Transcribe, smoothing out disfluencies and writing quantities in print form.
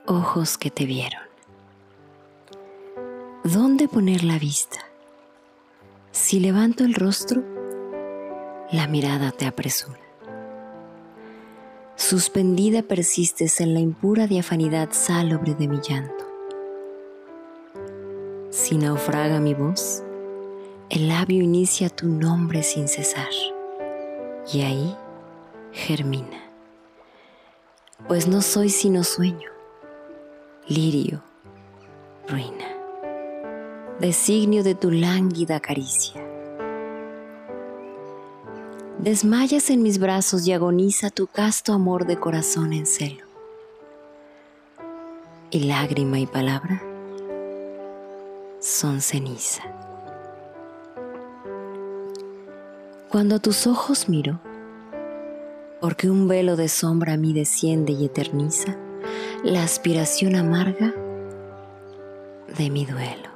ojos que te vieron. ¿Dónde poner la vista? Si levanto el rostro, la mirada te apresura. Suspendida persistes en la impura diafanidad sálubre de mi llanto. Si naufraga mi voz, el labio inicia tu nombre sin cesar, y ahí germina. Pues no soy sino sueño, lirio, ruina, designio de tu lánguida caricia. Desmayas en mis brazos y agoniza tu casto amor de corazón en celo. Y lágrima y palabra son ceniza. Cuando a tus ojos miro, porque un velo de sombra a mí desciende y eterniza la aspiración amarga de mi duelo.